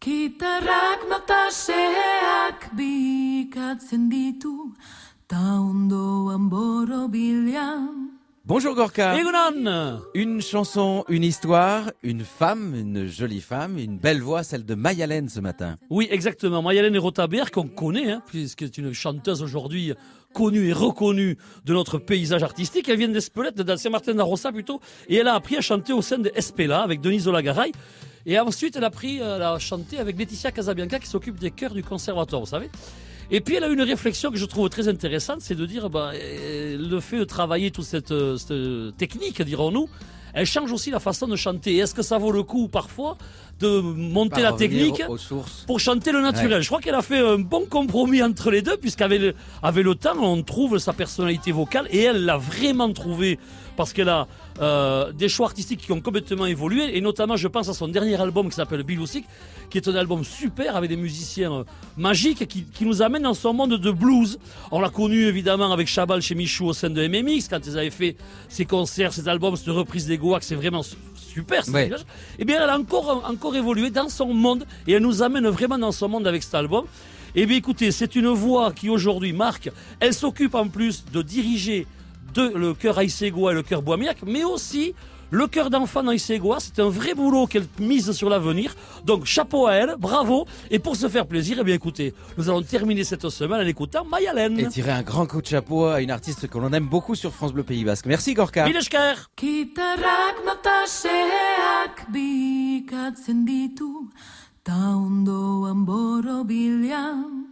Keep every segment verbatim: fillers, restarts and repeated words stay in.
Gitarrak notaseak bikatzen ditu, ta ondoan borobilean. Bonjour Gorka. Egunon. Une chanson, une histoire, une femme, une jolie femme, une belle voix, celle de Mayalène ce matin. Oui, exactement. Mayalène Rothabert, qu'on connaît, hein, puisqu'elle est une chanteuse aujourd'hui connue et reconnue de notre paysage artistique. Elle vient d'Espelette, de Saint-Martin-d'Arrossa plutôt, et elle a appris à chanter au sein de Espela avec Denise Olagaray. Et ensuite, elle a appris à chanter avec Laetitia Casabianca qui s'occupe des chœurs du conservatoire, vous savez. Et puis elle a eu une réflexion que je trouve très intéressante, c'est de dire bah, le fait de travailler toute cette, cette technique, dirons-nous, elle change aussi la façon de chanter. Est-ce que ça vaut le coup parfois de monter la technique aux, aux sources. pour chanter le naturel? Ouais. Je crois qu'elle a fait un bon compromis entre les deux, puisqu'avec le, avec le temps, on trouve sa personnalité vocale, et elle l'a vraiment trouvé parce qu'elle a euh, des choix artistiques qui ont complètement évolué, et notamment je pense à son dernier album qui s'appelle Bilousik, qui est un album super avec des musiciens euh, magiques qui, qui nous amène dans son monde de blues. On l'a connu évidemment avec Chabal chez Michou au sein de M M X quand ils avaient fait ses concerts, ses albums, cette reprise des Goa, que c'est vraiment super. Ouais. Et bien elle a encore, encore évolué dans son monde, et elle nous amène vraiment dans son monde avec cet album. Et bien écoutez, c'est une voix qui aujourd'hui marque, elle s'occupe en plus de diriger de, le chœur Aïsségois et le chœur Boismiac, mais aussi le chœur d'enfants d'Aïsségois. C'est un vrai boulot qu'elle mise sur l'avenir. Donc chapeau à elle, bravo. Et pour se faire plaisir, eh bien écoutez, nous allons terminer cette semaine en écoutant Mayalène. Et tirer un grand coup de chapeau à une artiste que l'on aime beaucoup sur France Bleu Pays Basque. Merci Gorka. Milesker. Gitarrak notaseak bikatzen ditu, ta ondoan borobilean.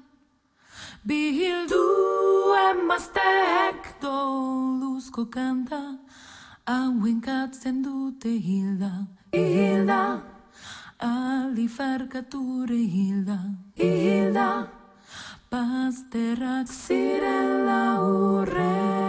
Bildu emazteek doluzko kanta, hauen katzen dute hilda. Hilda, alifarkature hilda. Hilda, bazterrak zirela urre.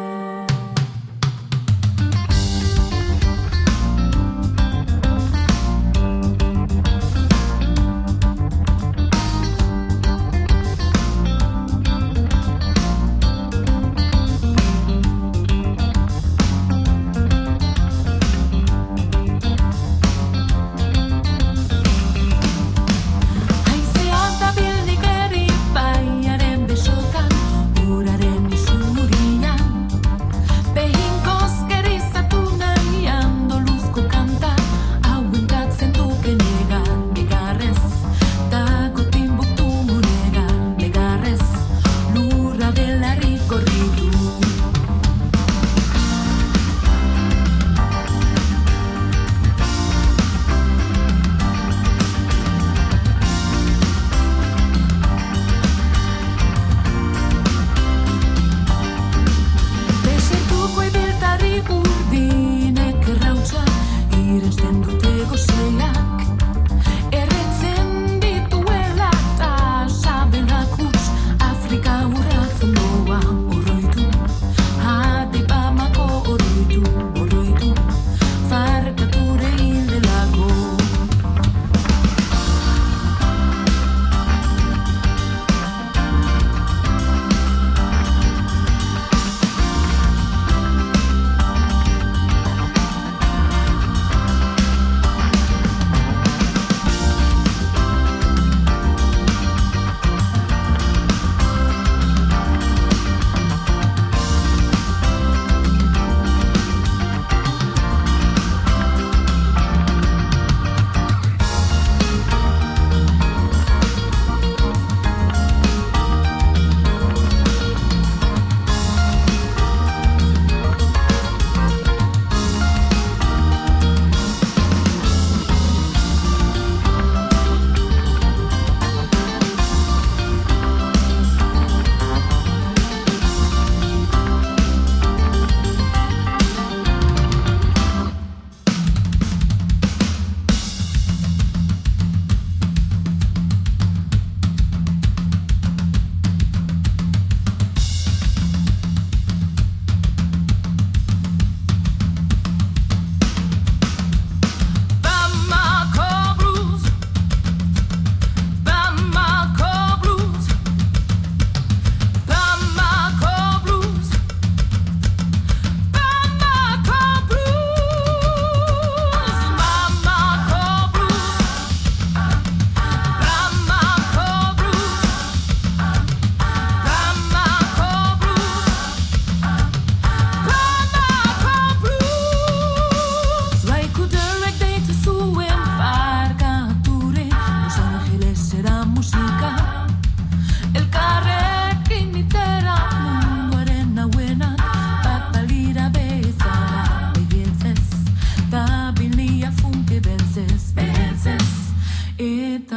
Uraren isurian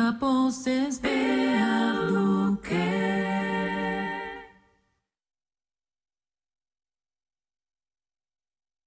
a poses behar duke.